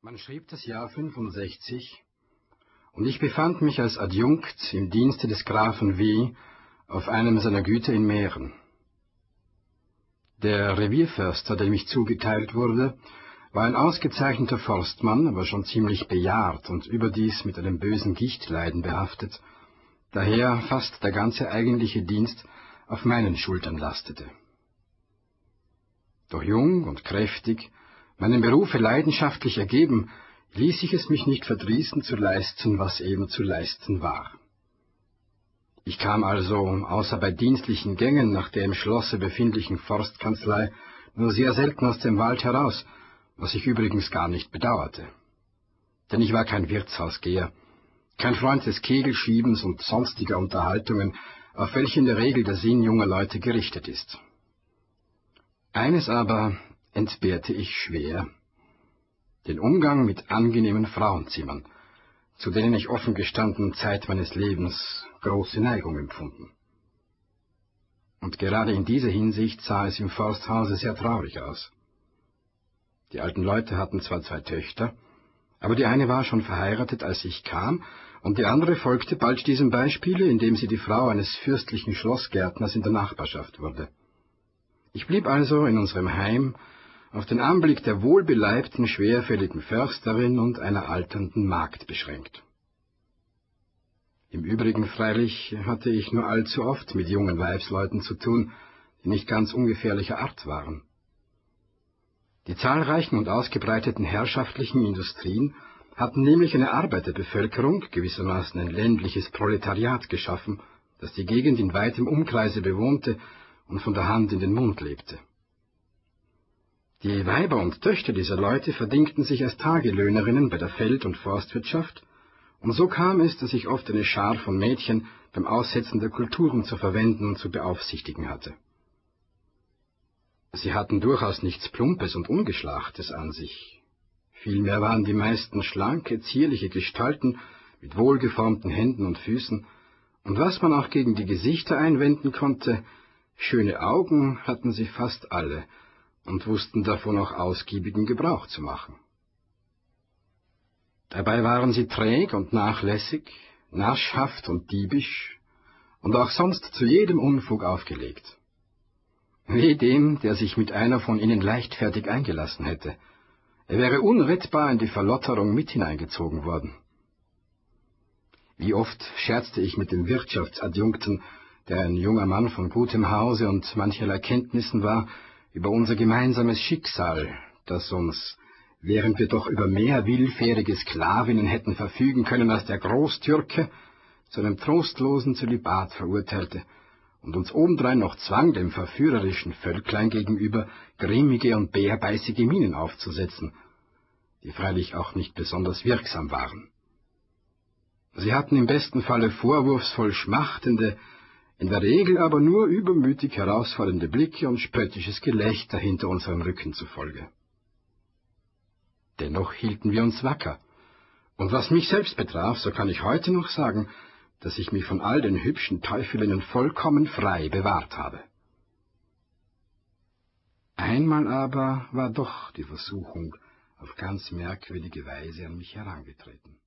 Man schrieb das Jahr 65, und ich befand mich als Adjunkt im Dienste des Grafen W. auf einem seiner Güter in Mähren. Der Revierförster, der mich zugeteilt wurde, war ein ausgezeichneter Forstmann, aber schon ziemlich bejahrt und überdies mit einem bösen Gichtleiden behaftet, daher fast der ganze eigentliche Dienst auf meinen Schultern lastete. Doch jung und kräftig, meinem Berufe leidenschaftlich ergeben, ließ ich es mich nicht verdrießen zu leisten, was eben zu leisten war. Ich kam also, außer bei dienstlichen Gängen nach der im Schlosse befindlichen Forstkanzlei, nur sehr selten aus dem Wald heraus, was ich übrigens gar nicht bedauerte. Denn ich war kein Wirtshausgeher, kein Freund des Kegelschiebens und sonstiger Unterhaltungen, auf welche in der Regel der Sinn junger Leute gerichtet ist. Eines aber entbehrte ich schwer: den Umgang mit angenehmen Frauenzimmern, zu denen ich offen gestanden Zeit meines Lebens große Neigung empfunden. Und gerade in dieser Hinsicht sah es im Forsthause sehr traurig aus. Die alten Leute hatten zwar 2 Töchter, aber die eine war schon verheiratet, als ich kam, und die andere folgte bald diesem Beispiele, indem sie die Frau eines fürstlichen Schlossgärtners in der Nachbarschaft wurde. Ich blieb also in unserem Heim auf den Anblick der wohlbeleibten, schwerfälligen Försterin und einer alternden Magd beschränkt. Im Übrigen freilich hatte ich nur allzu oft mit jungen Weibsleuten zu tun, die nicht ganz ungefährlicher Art waren. Die zahlreichen und ausgebreiteten herrschaftlichen Industrien hatten nämlich eine Arbeiterbevölkerung, gewissermaßen ein ländliches Proletariat geschaffen, das die Gegend in weitem Umkreise bewohnte und von der Hand in den Mund lebte. Die Weiber und Töchter dieser Leute verdingten sich als Tagelöhnerinnen bei der Feld- und Forstwirtschaft, und so kam es, dass ich oft eine Schar von Mädchen beim Aussetzen der Kulturen zu verwenden und zu beaufsichtigen hatte. Sie hatten durchaus nichts Plumpes und Ungeschlachtes an sich. Vielmehr waren die meisten schlanke, zierliche Gestalten mit wohlgeformten Händen und Füßen, und was man auch gegen die Gesichter einwenden konnte, schöne Augen hatten sie fast alle und wussten davon auch ausgiebigen Gebrauch zu machen. Dabei waren sie träg und nachlässig, naschhaft und diebisch und auch sonst zu jedem Unfug aufgelegt. Weh dem, der sich mit einer von ihnen leichtfertig eingelassen hätte. Er wäre unrettbar in die Verlotterung mit hineingezogen worden. Wie oft scherzte ich mit dem Wirtschaftsadjunkten, der ein junger Mann von gutem Hause und mancherlei Kenntnissen war, über unser gemeinsames Schicksal, das uns, während wir doch über mehr willfährige Sklavinnen hätten verfügen können als der Großtürke, zu einem trostlosen Zölibat verurteilte und uns obendrein noch zwang, dem verführerischen Völklein gegenüber grimmige und bärbeißige Mienen aufzusetzen, die freilich auch nicht besonders wirksam waren. Sie hatten im besten Falle vorwurfsvoll schmachtende, in der Regel aber nur übermütig herausfordernde Blicke und spöttisches Gelächter hinter unserem Rücken zufolge. Dennoch hielten wir uns wacker, und was mich selbst betraf, so kann ich heute noch sagen, dass ich mich von all den hübschen Teufelinnen vollkommen frei bewahrt habe. Einmal aber war doch die Versuchung auf ganz merkwürdige Weise an mich herangetreten.